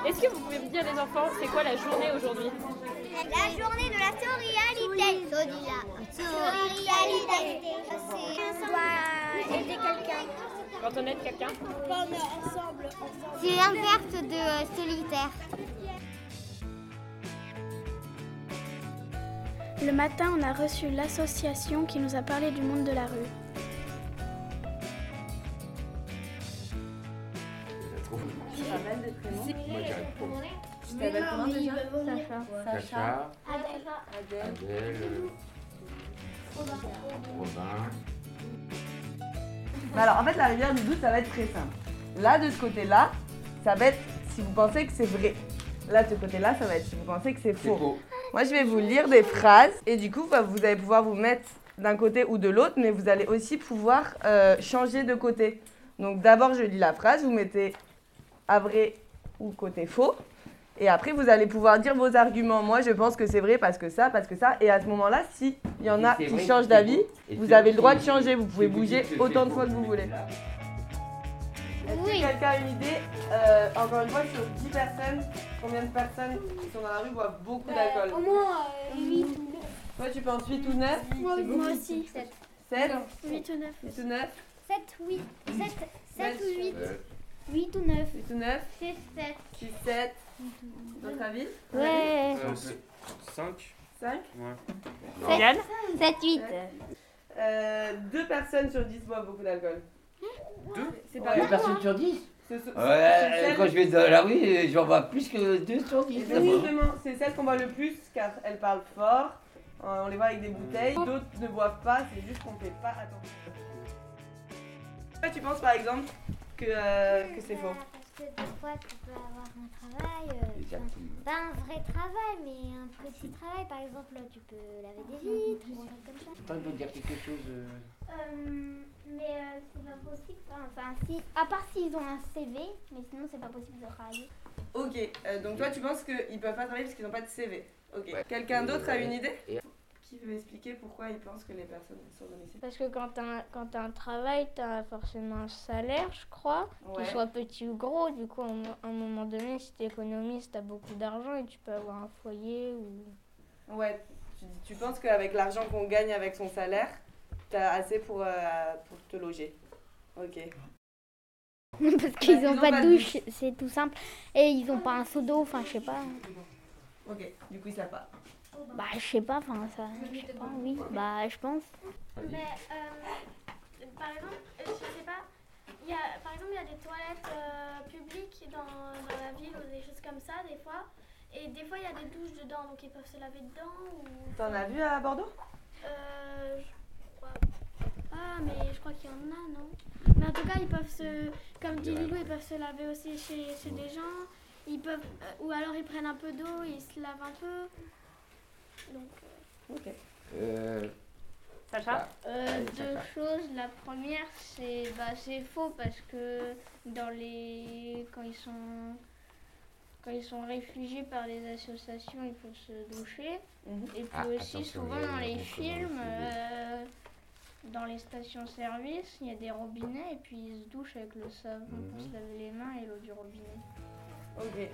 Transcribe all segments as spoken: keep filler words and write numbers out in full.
Est-ce que vous pouvez me dire, les enfants, c'est quoi la journée aujourd'hui? La journée de la sororité. Sororité. On doit aider quelqu'un. Quand on aide quelqu'un? Quand on est ensemble. C'est l'inverse de euh, solitaire. Le matin, on a reçu l'association qui nous a parlé du monde de la rue. Tu t'appelles des prénoms? Tu t'appelles comment déjà? Sacha. Sacha. Adèle. Adèle. Robin. Mais alors en fait la rivière du doute ça va être très simple. Là de ce côté-là, ça va être si vous pensez que c'est vrai. Là de ce côté-là, ça va être si vous pensez que c'est faux. faux. Moi je vais vous lire des phrases et du coup bah, vous allez pouvoir vous mettre d'un côté ou de l'autre, mais vous allez aussi pouvoir euh, changer de côté. Donc d'abord je lis la phrase, vous mettez à vrai ou côté faux. Et après, vous allez pouvoir dire vos arguments. Moi, je pense que c'est vrai parce que ça, parce que ça. Et à ce moment-là, s'il y en a qui changent d'avis, vous avez le droit de changer. Vous pouvez bouger autant de fois que vous voulez. Est-ce que quelqu'un a une idée euh, encore une fois, sur dix personnes, combien de personnes qui sont dans la rue boivent beaucoup d'alcool? Au moins huit ou neuf. Toi, tu penses huit ou neuf? Moi, moi aussi. sept. sept? huit ou neuf. huit ou neuf? sept, huit. sept ou huit. Euh, huit ou neuf. huit ou neuf? six, sept. six, sept. Votre avis? Ouais. cinq. cinq? Ouais. Yann? sept, huit. Euh, deux personnes sur dix boivent beaucoup d'alcool. Deux? C'est pas Deux mal. personnes sur dix? Ce sont- Ouais, c'est celles- quand je vais dans la rue, j'en vois plus que deux sur dix. Et bien justement, c'est celles qu'on voit le plus car elles parlent fort, euh, on les voit avec des bouteilles, d'autres ne boivent pas, c'est juste qu'on fait pas attention. Toi, tu penses par exemple que, euh, que c'est faux? Parce que des fois, tu peux avoir un travail, euh, Exactement. pas un vrai travail, mais un petit travail. Par exemple, tu peux laver des vitres, ou un truc comme ça. Toi, je veux dire quelque chose. euh, Euh, mais euh, c'est pas possible. Enfin, si, à part s'ils ont un C V, mais sinon, c'est pas possible de travailler. Ok, euh, donc toi tu penses qu'ils peuvent pas travailler parce qu'ils n'ont pas de C V. Ok. Ouais. Quelqu'un d'autre a une idée? Et- Qui veut m'expliquer pourquoi ils pensent que les personnes sont domicile? Parce que quand t'as un, quand t'as un travail, t'as forcément un salaire, je crois, Ouais. qu'il soit petit ou gros. Du coup, à un à un moment donné, si t'économises, t'as beaucoup d'argent et tu peux avoir un foyer ou... Ouais, tu, tu penses qu'avec l'argent qu'on gagne avec son salaire, t'as assez pour, euh, pour te loger. Ok. Parce qu'ils ils ont ont pas pas de de douche, c'est tout simple. Et ils ont pas un seau d'eau, enfin, je sais pas. Ok, du coup ils savent pas. Bah, je sais pas, enfin, ça. Je sais pas, oui, bah, je pense. Mais euh, par exemple, euh, je sais pas, il y a, par exemple, il y a des toilettes euh, publiques dans, dans la ville ou des choses comme ça, des fois. Et des fois, il y a des douches dedans, donc ils peuvent se laver dedans ou... T'en as vu à Bordeaux? Euh, je crois pas, mais je crois qu'il y en a, non? Mais en tout cas, ils peuvent se, comme dit Lilou, ils peuvent se laver aussi chez, chez des gens. Ils peuvent, euh, ou alors ils prennent un peu d'eau, ils se lavent un peu. Donc, euh, Ok. Euh, Sacha? Euh, Allez, deux Sacha. choses. La première, c'est bah, c'est faux parce que dans les quand ils sont quand ils sont réfugiés par les associations, il faut se doucher. Mhm. Et puis Ah, aussi attention, souvent il y a dans les beaucoup films, commencé. euh, dans les stations-service, il y a des robinets et puis ils se douchent avec le savon pour Mhm. se laver les mains et l'eau du robinet. Ok.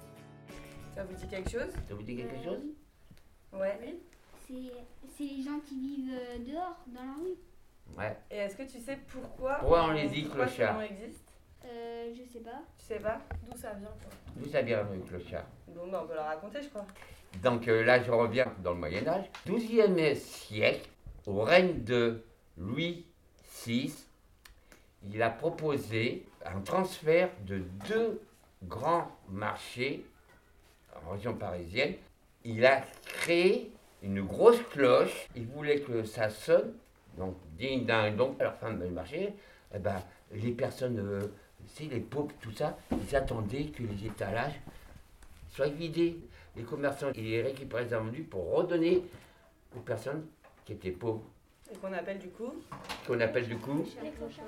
Ça vous dit quelque chose? Ça vous dit quelque chose? Ouais. C'est les gens qui vivent euh, dehors, dans la rue. Ouais. Et est-ce que tu sais pourquoi Pourquoi on les dit pourquoi ce clochards? nom existe? Euh, je sais pas. Tu sais pas? D'où ça vient, quoi? D'où ça vient le clochard? Bon, bah, on peut leur raconter, je crois. Donc euh, là, je reviens dans le Moyen-Âge. douzième siècle, au règne de Louis six, il a proposé un transfert de deux grands marchés en région parisienne. Il a créé une grosse cloche. Il voulait que ça sonne, donc digne d'un donc à la fin du marché, eh ben, les personnes, euh, tu sais, les pauvres, tout ça, ils attendaient que les étalages soient vidés. Les commerçants, ils les récupéraient les invendus pour redonner aux personnes qui étaient pauvres. Et qu'on appelle du coup. Qu'on appelle du coup. Les clochards.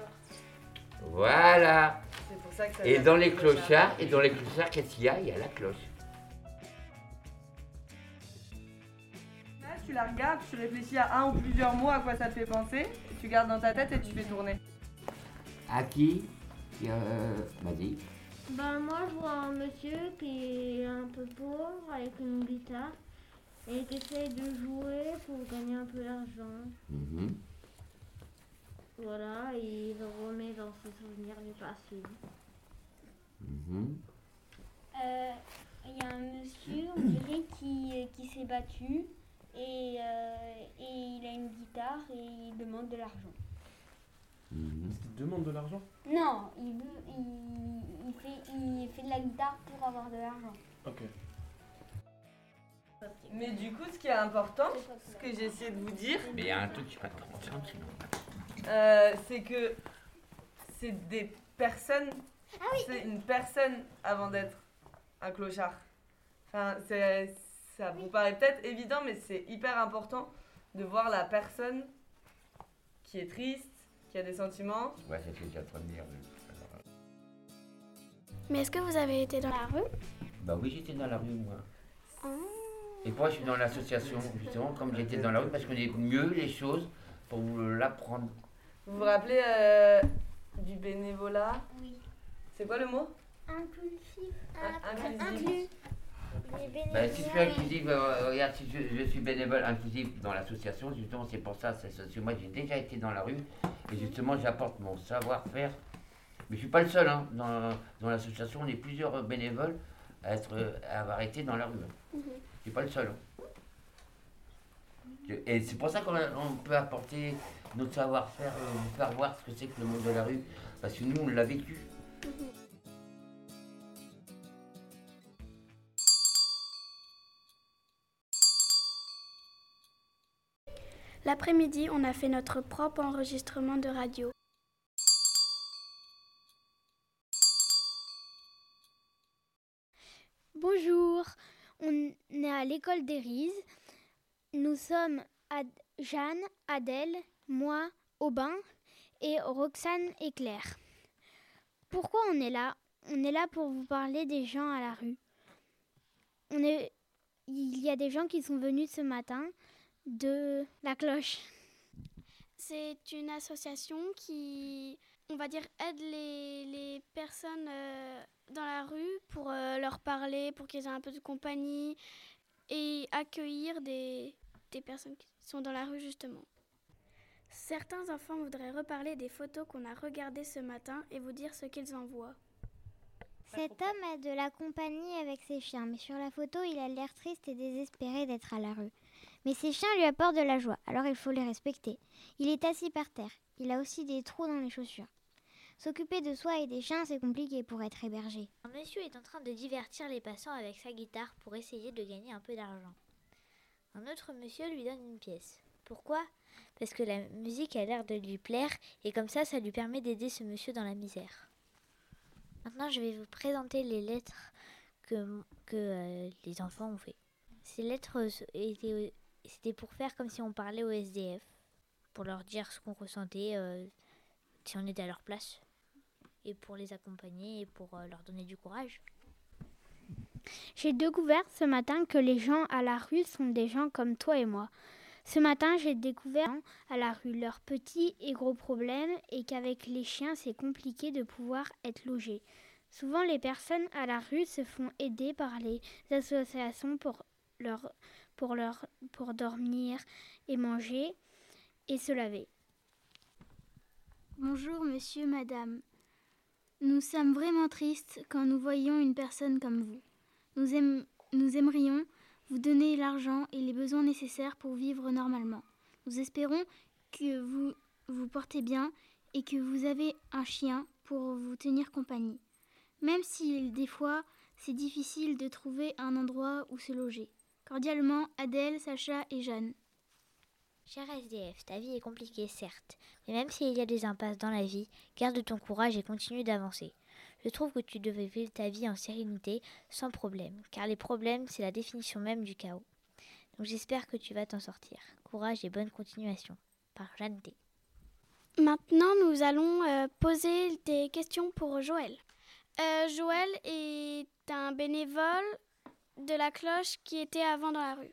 Voilà. C'est pour ça que ça Et s'appelle dans les clochard. clochards, et dans les clochards, qu'est-ce qu'il y a? Il y a la cloche. Là, tu la regardes, tu réfléchis à un ou plusieurs mots à quoi ça te fait penser, tu gardes dans ta tête et tu fais tourner. À qui? Euh, Vas-y. Ben moi je vois un monsieur qui est un peu pauvre avec une guitare et qui essaye de jouer pour gagner un peu d'argent. Mhm. Voilà, et il remet dans ses souvenirs du passé. Mhm. Euh, Il y a un monsieur, on dirait, qui, qui s'est battu et, euh, et il a une guitare et il demande de l'argent. Mhm. Est-ce qu'il demande de l'argent? Non, il, veut, il, il, fait, il fait de la guitare pour avoir de l'argent. Ok. Mais du coup, ce qui est important, ce que j'ai essayé de vous dire, Mais il y a un truc qui m'intéresse, sinon. euh, c'est que c'est des personnes. C'est une personne avant d'être un clochard. Enfin, c'est, ça vous paraît peut-être évident, mais c'est hyper important de voir la personne qui est triste, qui a des sentiments. Ouais, c'est ce que j'étais en train de dire. Mais est-ce que vous avez été dans la rue? Bah oui, j'étais dans la rue, moi. Et moi, je suis dans l'association, justement, comme j'étais dans la rue, parce qu'on est mieux les choses pour vous l'apprendre. Vous vous rappelez euh, du bénévolat? Oui. C'est quoi le mot? Inclusif. In- inclusif. Inclus. Les Bah, si je suis bénévoles. inclusif, euh, regarde, si je, je suis bénévole inclusif dans l'association, justement, c'est pour ça, c'est parce que moi, j'ai déjà été dans la rue, et justement, j'apporte mon savoir-faire. Mais je suis pas le seul, hein. Dans, dans l'association, on est plusieurs bénévoles à, être, à avoir été dans la rue. Hein. Je suis pas le seul. Hein. Et c'est pour ça qu'on a- on peut apporter notre savoir-faire, euh, vous faire voir ce que c'est que le monde de la rue, parce que nous, on l'a vécu. L'après-midi, on a fait notre propre enregistrement de radio. Bonjour, on est à l'école d'Érise. Nous sommes Ad- Jeanne, Adèle, moi, Aubin et Roxane et Claire. Pourquoi on est là? On est là pour vous parler des gens à la rue. On est... Il y a des gens qui sont venus ce matin de la cloche. C'est une association qui, on va dire, aide les, les personnes euh, dans la rue pour euh, leur parler, pour qu'ils aient un peu de compagnie et accueillir des, des personnes qui sont dans la rue justement. Certains enfants voudraient reparler des photos qu'on a regardées ce matin et vous dire ce qu'ils en voient. Cet homme a de la compagnie avec ses chiens, mais sur la photo, il a l'air triste et désespéré d'être à la rue. Mais ses chiens lui apportent de la joie, alors il faut les respecter. Il est assis par terre. Il a aussi des trous dans les chaussures. S'occuper de soi et des chiens, c'est compliqué pour être hébergé. Un monsieur est en train de divertir les passants avec sa guitare pour essayer de gagner un peu d'argent. Un autre monsieur lui donne une pièce. Pourquoi? Parce que la musique a l'air de lui plaire et comme ça, ça lui permet d'aider ce monsieur dans la misère. Maintenant, je vais vous présenter les lettres que, que euh, les enfants ont fait. Ces lettres étaient, c'était pour faire comme si on parlait aux S D F, pour leur dire ce qu'on ressentait euh, si on était à leur place, et pour les accompagner et pour euh, leur donner du courage. J'ai découvert ce matin que les gens à la rue sont des gens comme toi et moi. Ce matin, j'ai découvert à la rue leurs petits et gros problèmes et qu'avec les chiens, c'est compliqué de pouvoir être logé. Souvent, les personnes à la rue se font aider par les associations pour, leur, pour, leur, pour dormir et manger et se laver. Bonjour monsieur, madame. Nous sommes vraiment tristes quand nous voyons une personne comme vous. Nous, aim- nous aimerions vous donner l'argent et les besoins nécessaires pour vivre normalement. Nous espérons que vous vous portez bien et que vous avez un chien pour vous tenir compagnie. Même si des fois c'est difficile de trouver un endroit où se loger. Cordialement, Adèle, Sacha et Jeanne. Cher S D F, ta vie est compliquée, certes, mais même s'il y a des impasses dans la vie, garde ton courage et continue d'avancer. Je trouve que tu devais vivre ta vie en sérénité, sans problème, car les problèmes, c'est la définition même du chaos. Donc j'espère que tu vas t'en sortir. Courage et bonne continuation. Par Jeanne T. Maintenant, nous allons euh, poser des questions pour Joël. Euh, Joël est un bénévole de la cloche qui était avant dans la rue.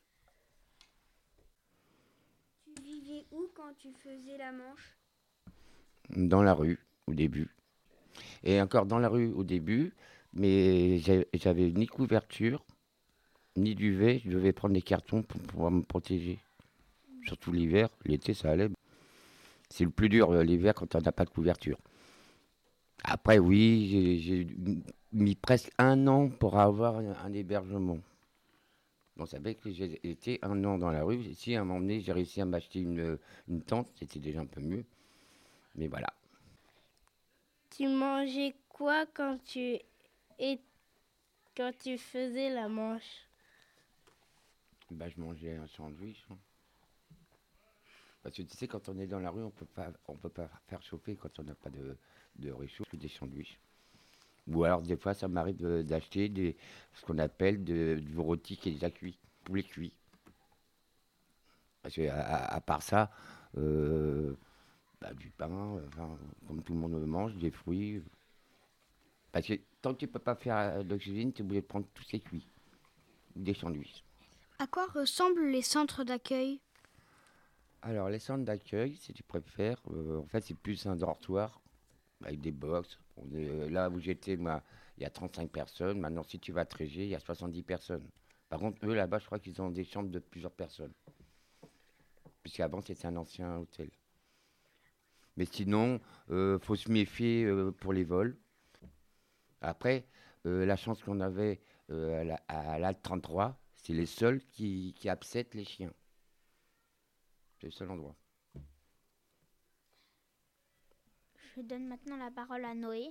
Tu vivais où quand tu faisais la manche? Dans la rue, au début. Et encore dans la rue, au début, mais j'ai- j'avais ni couverture, ni duvet. Je devais prendre des cartons pour pouvoir me protéger. Surtout l'hiver, l'été ça allait. C'est le plus dur euh, l'hiver quand on n'a pas de couverture. Après, oui, j'ai j'ai mis presque un an pour avoir un, un hébergement. Bon, ça fait que j'ai été un an dans la rue. Si à un moment donné, j'ai réussi à m'acheter une, une tente, c'était déjà un peu mieux. Mais voilà. Tu mangeais quoi quand tu, et, quand tu faisais la manche? Bah, je mangeais un sandwich. hein. Parce que tu sais, quand on est dans la rue, on peut pas, on peut pas faire chauffer quand on n'a pas de, de réchaud, que des sandwichs. Ou alors, des fois, ça m'arrive de- d'acheter des, ce qu'on appelle de, du rôti qui est déjà cuit, poulet cuit. Parce que, à, à- à part ça, euh, bah, du pain, enfin, comme tout le monde le mange, des fruits. Parce que tant que tu peux pas faire euh, de cuisine, tu es obligé de prendre tout ce qui est cuit. Ou des sandwichs. À quoi ressemblent les centres d'accueil? Alors, les centres d'accueil, si tu préfères, euh, en fait, c'est plus un dortoir avec des box. On est, euh, là où j'étais, moi, il y a trente-cinq personnes. Maintenant, si tu vas à Trégé, il y a soixante-dix personnes. Par contre, eux, là-bas, je crois qu'ils ont des chambres de plusieurs personnes. Puisqu'avant, c'était un ancien hôtel. Mais sinon, il faut se méfier euh, pour les vols. Après, euh, la chance qu'on avait euh, à la- à l'A L trente-trois, c'est les seuls qui, qui acceptent les chiens. C'est le seul endroit. Je donne maintenant la parole à Noé.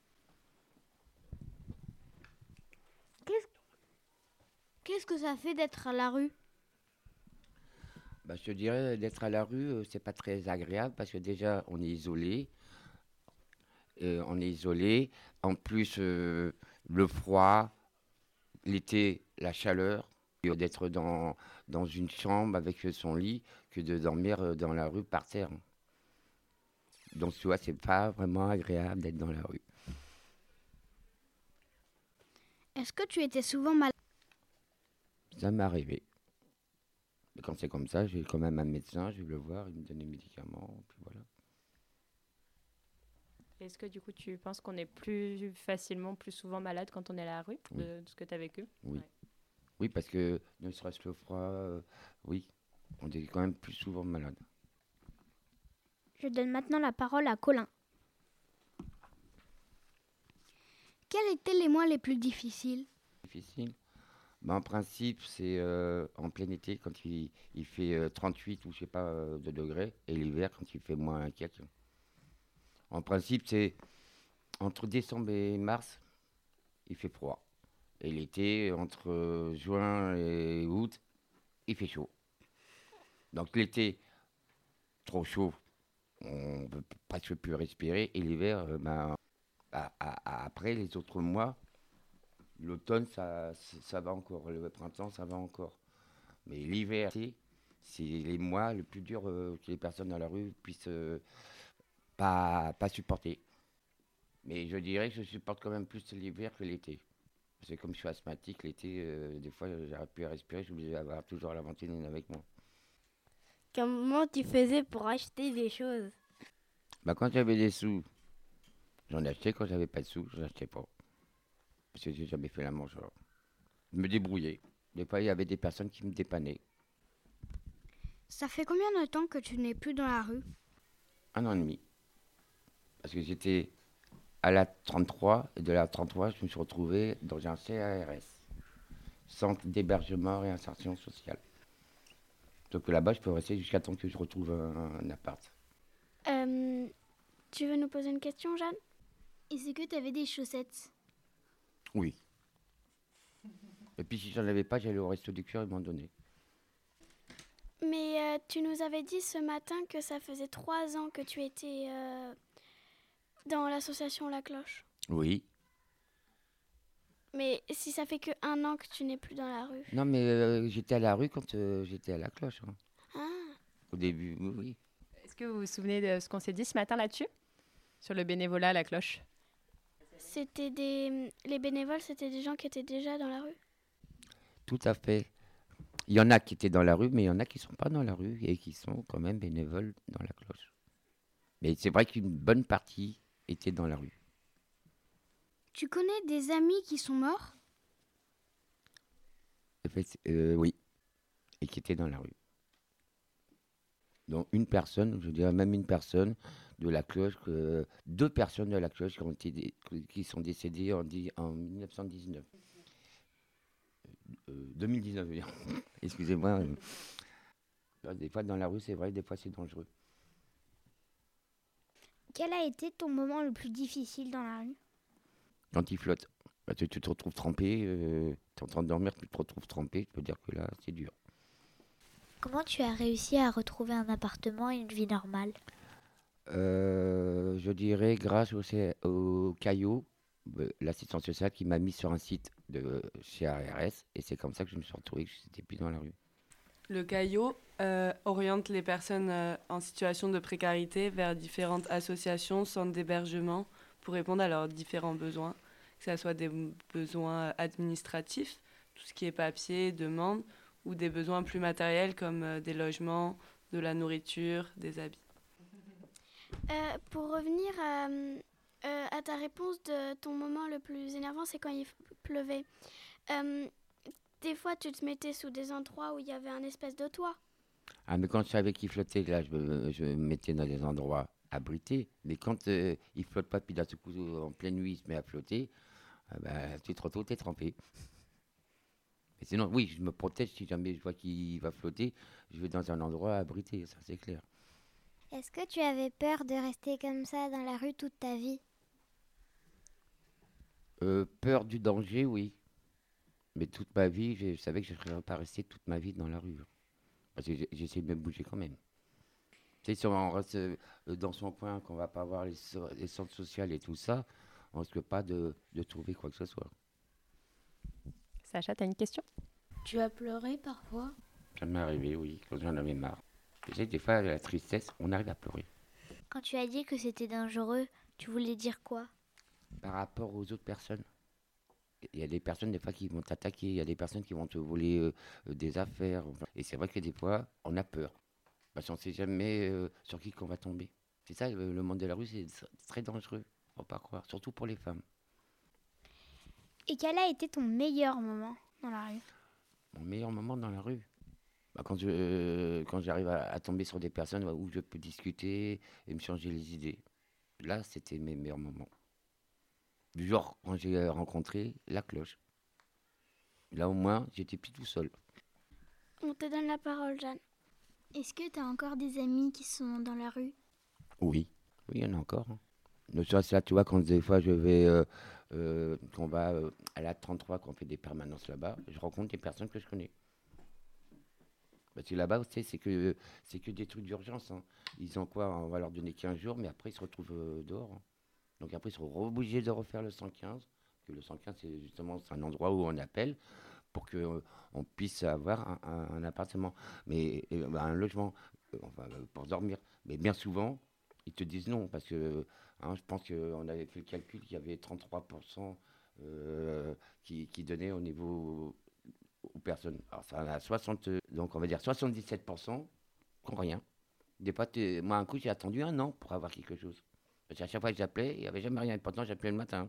Qu'est-ce qu'est-ce que ça fait d'être à la rue? Bah, je te dirais, d'être à la rue, euh, c'est pas très agréable parce que déjà, on est isolé. Euh, on est isolé. En plus, euh, le froid, l'été, la chaleur. Et d'être dans, dans une chambre avec son lit que de dormir euh, dans la rue par terre. Donc, tu vois, c'est pas vraiment agréable d'être dans la rue. Est-ce que tu étais souvent malade? Ça m'est arrivé. Mais quand c'est comme ça, j'ai quand même un médecin, je vais le voir, il me donne des médicaments, puis voilà. Est-ce que du coup tu penses qu'on est plus facilement, plus souvent malade quand on est à la rue, Oui. de, de ce que tu as vécu? Oui. Ouais. Oui, parce que ne serait-ce que le froid, euh, oui, on est quand même plus souvent malade. Je donne maintenant la parole à Colin. Quels étaient les mois les plus difficiles? Difficile. Ben, en principe, c'est euh, en plein été, quand il, il fait euh, trente-huit ou je sais pas euh, de degrés, et l'hiver, quand il fait moins un quelques. En principe, c'est entre décembre et mars, il fait froid. Et l'été, entre euh, juin et août, il fait chaud. Donc l'été, trop chaud, on ne peut presque plus respirer. Et l'hiver, euh, ben, à- à- à- après les autres mois, l'automne, ça, ça ça va encore. Le printemps, ça va encore. Mais l'hiver, c'est c'est les mois les plus durs euh, que les personnes dans la rue puissent euh, pas, pas supporter. Mais je dirais que je supporte quand même plus l'hiver que l'été. Parce que comme je suis asthmatique, l'été, euh, des fois, j'arrive plus à respirer, je suis obligé d'avoir toujours la ventoline avec moi. Comment tu faisais pour acheter des choses? Bah, quand j'avais des sous, j'en achetais. Quand j'avais pas de sous, j'en achetais pas. Parce que j'ai jamais fait la manche. alors. Je me débrouillais. Des fois, il y avait des personnes qui me dépannaient. Ça fait combien de temps que tu n'es plus dans la rue? Un an et demi. Parce que j'étais à la trente-trois, et de la trente-trois, je me suis retrouvé dans un C A R S, Centre d'hébergement et insertion sociale. Donc là-bas, je peux rester jusqu'à temps que je retrouve un, un appart. Euh, tu veux nous poser une question, Jeanne? Est-ce que tu avais des chaussettes? Oui. Et puis si j'en avais pas, j'allais au resto du cœur, ils m'en donnaient. Mais euh, tu nous avais dit ce matin que ça faisait trois ans que tu étais euh, dans l'association La Cloche. Oui. Mais si ça fait que un an que tu n'es plus dans la rue. Non, mais euh, j'étais à la rue quand euh, j'étais à la cloche. hein. Ah, Au début, oui, oui. Est-ce que vous vous souvenez de ce qu'on s'est dit ce matin là-dessus? Sur le bénévolat à la cloche? c'était des les bénévoles, c'était des gens qui étaient déjà dans la rue. Tout à fait. Il y en a qui étaient dans la rue, mais il y en a qui ne sont pas dans la rue et qui sont quand même bénévoles dans la cloche. Mais c'est vrai qu'une bonne partie était dans la rue. Tu connais des amis qui sont morts? En fait, euh, oui, et qui étaient dans la rue. Donc une personne, je dirais même une personne de la cloche, que, deux personnes de la cloche qui, ont été, dé- qui sont décédées en, dix- en mille neuf cent dix-neuf. Euh, deux mille dix-neuf, je veux dire. Excusez-moi. euh. Des fois dans la rue, c'est vrai, des fois c'est dangereux. Quel a été ton moment le plus difficile dans la rue? Quand il flotte, parce que tu te retrouves trempé, euh, tu es en train de dormir, tu te retrouves trempé, je peux dire que là, c'est dur. Comment tu as réussi à retrouver un appartement et une vie normale? Euh, je dirais grâce au, C- au Caillot, euh, l'assistance sociale qui m'a mis sur un site de chez A R S, et c'est comme ça que je me suis retrouvé, que je n'étais plus dans la rue. Le Caillot euh, oriente les personnes euh, en situation de précarité vers différentes associations, centres d'hébergement pour répondre à leurs différents besoins, que ce soit des m- besoins administratifs, tout ce qui est papier, demande, ou des besoins plus matériels comme euh, des logements, de la nourriture, des habits. Euh, pour revenir à, euh, à ta réponse de ton moment le plus énervant, c'est quand il f- pleuvait. Euh, des fois, tu te mettais sous des endroits où il y avait un espèce de toit. Ah, mais quand je savais qu'il flottait, là, je me, je me mettais dans des endroits abrités. Mais quand euh, il flotte pas, puis d'un seul coup, en pleine nuit, il se met à flotter, ah ben, tu te retrouves, t'es trempé. Mais sinon, oui, je me protège si jamais je vois qu'il va flotter, je vais dans un endroit abrité, ça c'est clair. Est-ce que tu avais peur de rester comme ça dans la rue toute ta vie? Euh, peur du danger, oui. Mais toute ma vie, je savais que je ne serais pas resté toute ma vie dans la rue. Parce que j'ai- j'essaie de me bouger quand même. Tu sais, si on reste euh, dans son coin, qu'on va pas voir les, so- les centres sociaux et tout ça, on risque pas de, de trouver quoi que ce soit. Sacha, t'as une question? Tu as pleuré parfois? Ça m'est arrivé, oui, quand j'en avais marre. Tu sais, des fois, la tristesse, on arrive à pleurer. Quand tu as dit que c'était dangereux, tu voulais dire quoi? Par rapport aux autres personnes. Il y a des personnes, des fois, qui vont t'attaquer. Il y a des personnes qui vont te voler euh, euh, des affaires. Et c'est vrai que des fois, on a peur. Parce qu'on ne sait jamais euh, sur qui qu'on va tomber. C'est ça, le, le monde de la rue, c'est tr- très dangereux. Faut pas croire. Surtout pour les femmes. Et quel a été ton meilleur moment dans la rue? Mon meilleur moment dans la rue, bah, quand je, euh, quand j'arrive à, à tomber sur des personnes où je peux discuter et me changer les idées. Là, c'était mes meilleurs moments. Du genre, quand j'ai euh, rencontré la cloche. Là, au moins, j'étais plus tout seul. On te donne la parole, Jeanne. Est-ce que tu as encore des amis qui sont dans la rue? Oui, oui, il y en a encore. Hein. Ne serait-ce là, tu vois, quand des fois je vais, euh, euh, qu'on va euh, à la trente-trois, qu'on fait des permanences là-bas, je rencontre des personnes que je connais. Parce que là-bas, tu sais, c'est que, c'est que des trucs d'urgence. Hein. Ils ont quoi? On va leur donner quinze jours, mais après, ils se retrouvent euh, dehors. Hein. Donc après, ils sont obligés de refaire le cent quinze. Que le cent quinze, c'est justement c'est un endroit où on appelle pour qu'on on puisse avoir un, un- un appartement, mais euh, bah, un logement, euh, enfin, euh, pour dormir. Mais bien souvent, ils te disent non, parce que hein, je pense qu'on avait fait le calcul qu'il y avait trente-trois pour cent euh, qui, qui donnaient au niveau aux personnes. Alors ça en a soixante, donc on va dire soixante-dix-sept pour cent qui n'ont rien. Des fois, t'es- moi, un coup, j'ai attendu un an pour avoir quelque chose. Parce qu'à chaque fois que j'appelais, il n'y avait jamais rien. Et pourtant, j'appelais le matin.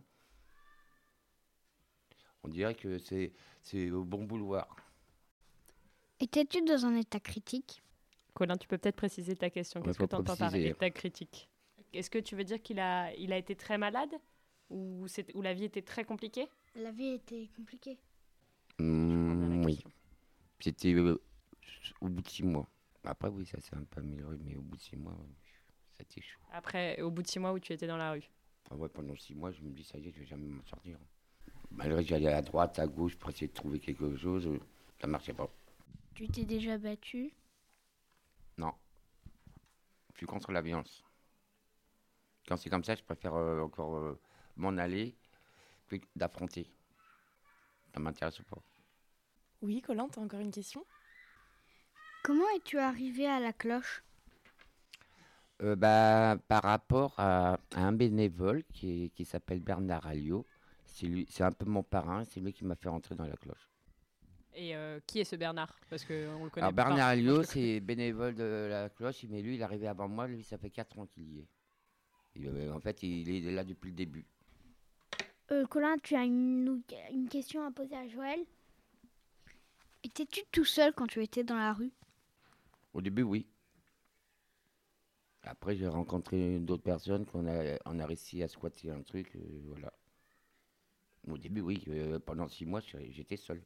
On dirait que c'est, c'est au bon vouloir. Étais-tu dans un état critique? Colin, tu peux peut-être préciser ta question. Ouais, Qu'est-ce faut que tu entends par préciser. état critique? Est-ce que tu veux dire qu'il a, il a été très malade ou, c'est- ou la vie était très compliquée? La vie était compliquée. Mmh, oui. C'était euh, au bout de six mois. Après, oui, ça s'est un peu amélioré, mais au bout de six mois, c'était chaud. Après, au bout de six mois où tu étais dans la rue? Ah ouais, pendant six mois, je me dis, ça y est, je vais jamais m'en sortir. Malgré que j'allais à droite, à gauche pour essayer de trouver quelque chose, euh, ça marchait pas. Tu t'es déjà battu? Non. Je suis contre la violence. Quand c'est comme ça, je préfère euh, encore euh, m'en aller que d'affronter. Ça m'intéresse pas. Oui, Colin, t'as encore une question? Comment es-tu arrivé à la cloche? Euh, bah, par rapport à, à un bénévole qui, est- qui s'appelle Bernard Alliot, c'est, lui, c'est un peu mon parrain, c'est lui qui m'a fait rentrer dans la cloche. Et euh, qui est ce Bernard? Parce qu'on le connaît Alors pas. Bernard Moi, je Alliot, le c'est bénévole de la cloche, mais lui, il est arrivé avant moi, lui, ça fait quatre ans qu'il y est. Il, euh, en fait, il est là depuis le début. Euh, Colin, tu as une, une question à poser à Joël? Étais-tu tout seul quand tu étais dans la rue? Au début, oui. Après, j'ai rencontré d'autres personnes qu'on a, on a réussi à squatter un truc, euh, voilà. Au début, oui. euh, pendant six mois, je- j'étais seul.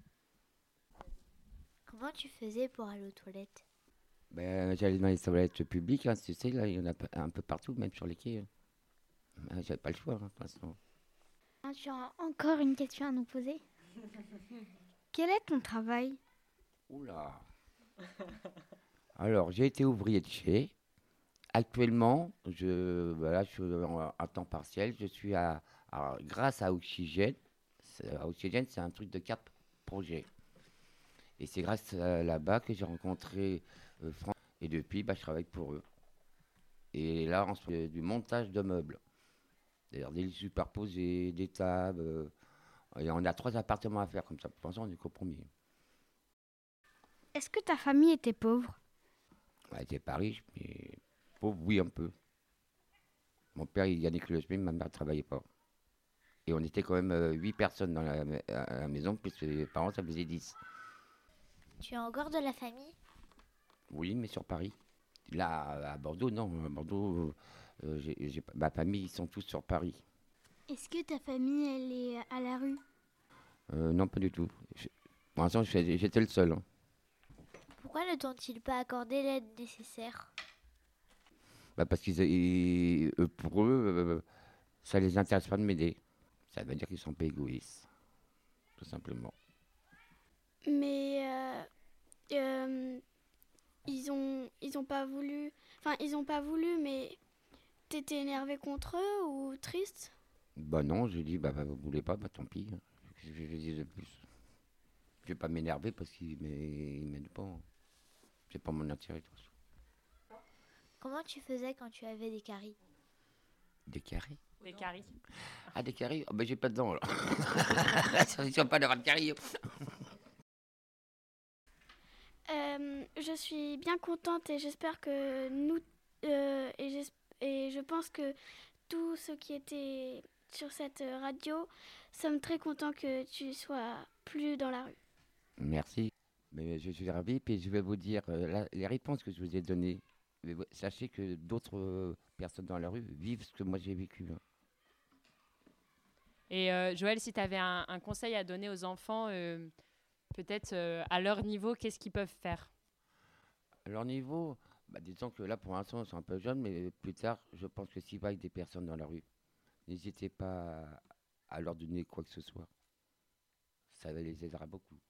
Comment tu faisais pour aller aux toilettes? Ben, j'allais dans les toilettes publiques, hein, tu sais, là, il y en a pa- un peu partout, même sur les quais. hein. Ah, J'avais pas le choix, hein, de toute façon. Ah, tu as encore une question à nous poser? Quel est ton travail? Oula. Alors, j'ai été ouvrier de chez. Actuellement, je, voilà, je suis en- à temps partiel. Je suis à, à- grâce à Oxygène. C'est- à Oxygène, c'est un truc de cap projet. Et c'est grâce à là-bas que j'ai rencontré euh, Franck. Et depuis, bah, je travaille pour eux. Et là, on fait du montage de meubles. D'ailleurs, des lits superposés, des tables. euh, et on a trois appartements à faire comme ça. Pour l'instant, on est qu'au premier. Est-ce que ta famille était pauvre? On était pas riche, mais pauvre, oui, un peu. Mon père, il gagnait que le SMIC, ma mère ne travaillait pas. Et on était quand même euh, huit personnes dans la, ma- à la maison, puisque les parents, ça faisait dix. Tu as encore de la famille? Oui, mais sur Paris. Là, à Bordeaux, non. À Bordeaux, euh, j'ai, j'ai pas- ma famille, ils sont tous sur Paris. Est-ce que ta famille, elle est à la rue? Euh, non, pas du tout. Je- pour l'instant, je- j'étais le seul. hein. Pourquoi ne t'ont-ils pas accordé l'aide nécessaire? Bah, parce qu'ils, ils- eux, pour eux, euh, ça les intéresse pas de m'aider. Ça veut dire qu'ils sont pas égoïstes, tout simplement. Mais euh, euh, ils ont ils ont pas voulu. Enfin, ils ont pas voulu, mais t'étais énervé contre eux ou triste? Bah non, j'ai dit, bah, bah, vous voulez pas, bah tant pis. hein. Je, je, je dis de plus. Je vais pas m'énerver parce qu'ils m'ai- ils m'aident pas. hein. C'est pas mon intérêt, de toute façon. Comment tu faisais quand tu avais des caries? Des carrés Des caries. Ah, des carrés Ah, bah j'ai pas de dents, alors. Ça ne pas d'avoir de carrés. Euh, je suis bien contente et j'espère que nous euh, et, j'es- et je pense que tous ceux qui étaient sur cette radio sommes très contents que tu sois plus dans la rue. Merci. Mais je suis ravi, puis je vais vous dire euh, la- les réponses que je vous ai données. Mais vous- sachez que d'autres euh, personnes dans la rue vivent ce que moi j'ai vécu. hein. Et euh, Joël, si tu avais un, un conseil à donner aux enfants, euh, peut-être euh, à leur niveau, qu'est-ce qu'ils peuvent faire? À leur niveau, bah, disons que là pour l'instant ils sont un peu jeunes, mais plus tard, je pense que s'ils voient des personnes dans la rue, n'hésitez pas à, à leur donner quoi que ce soit. Ça les aidera beaucoup.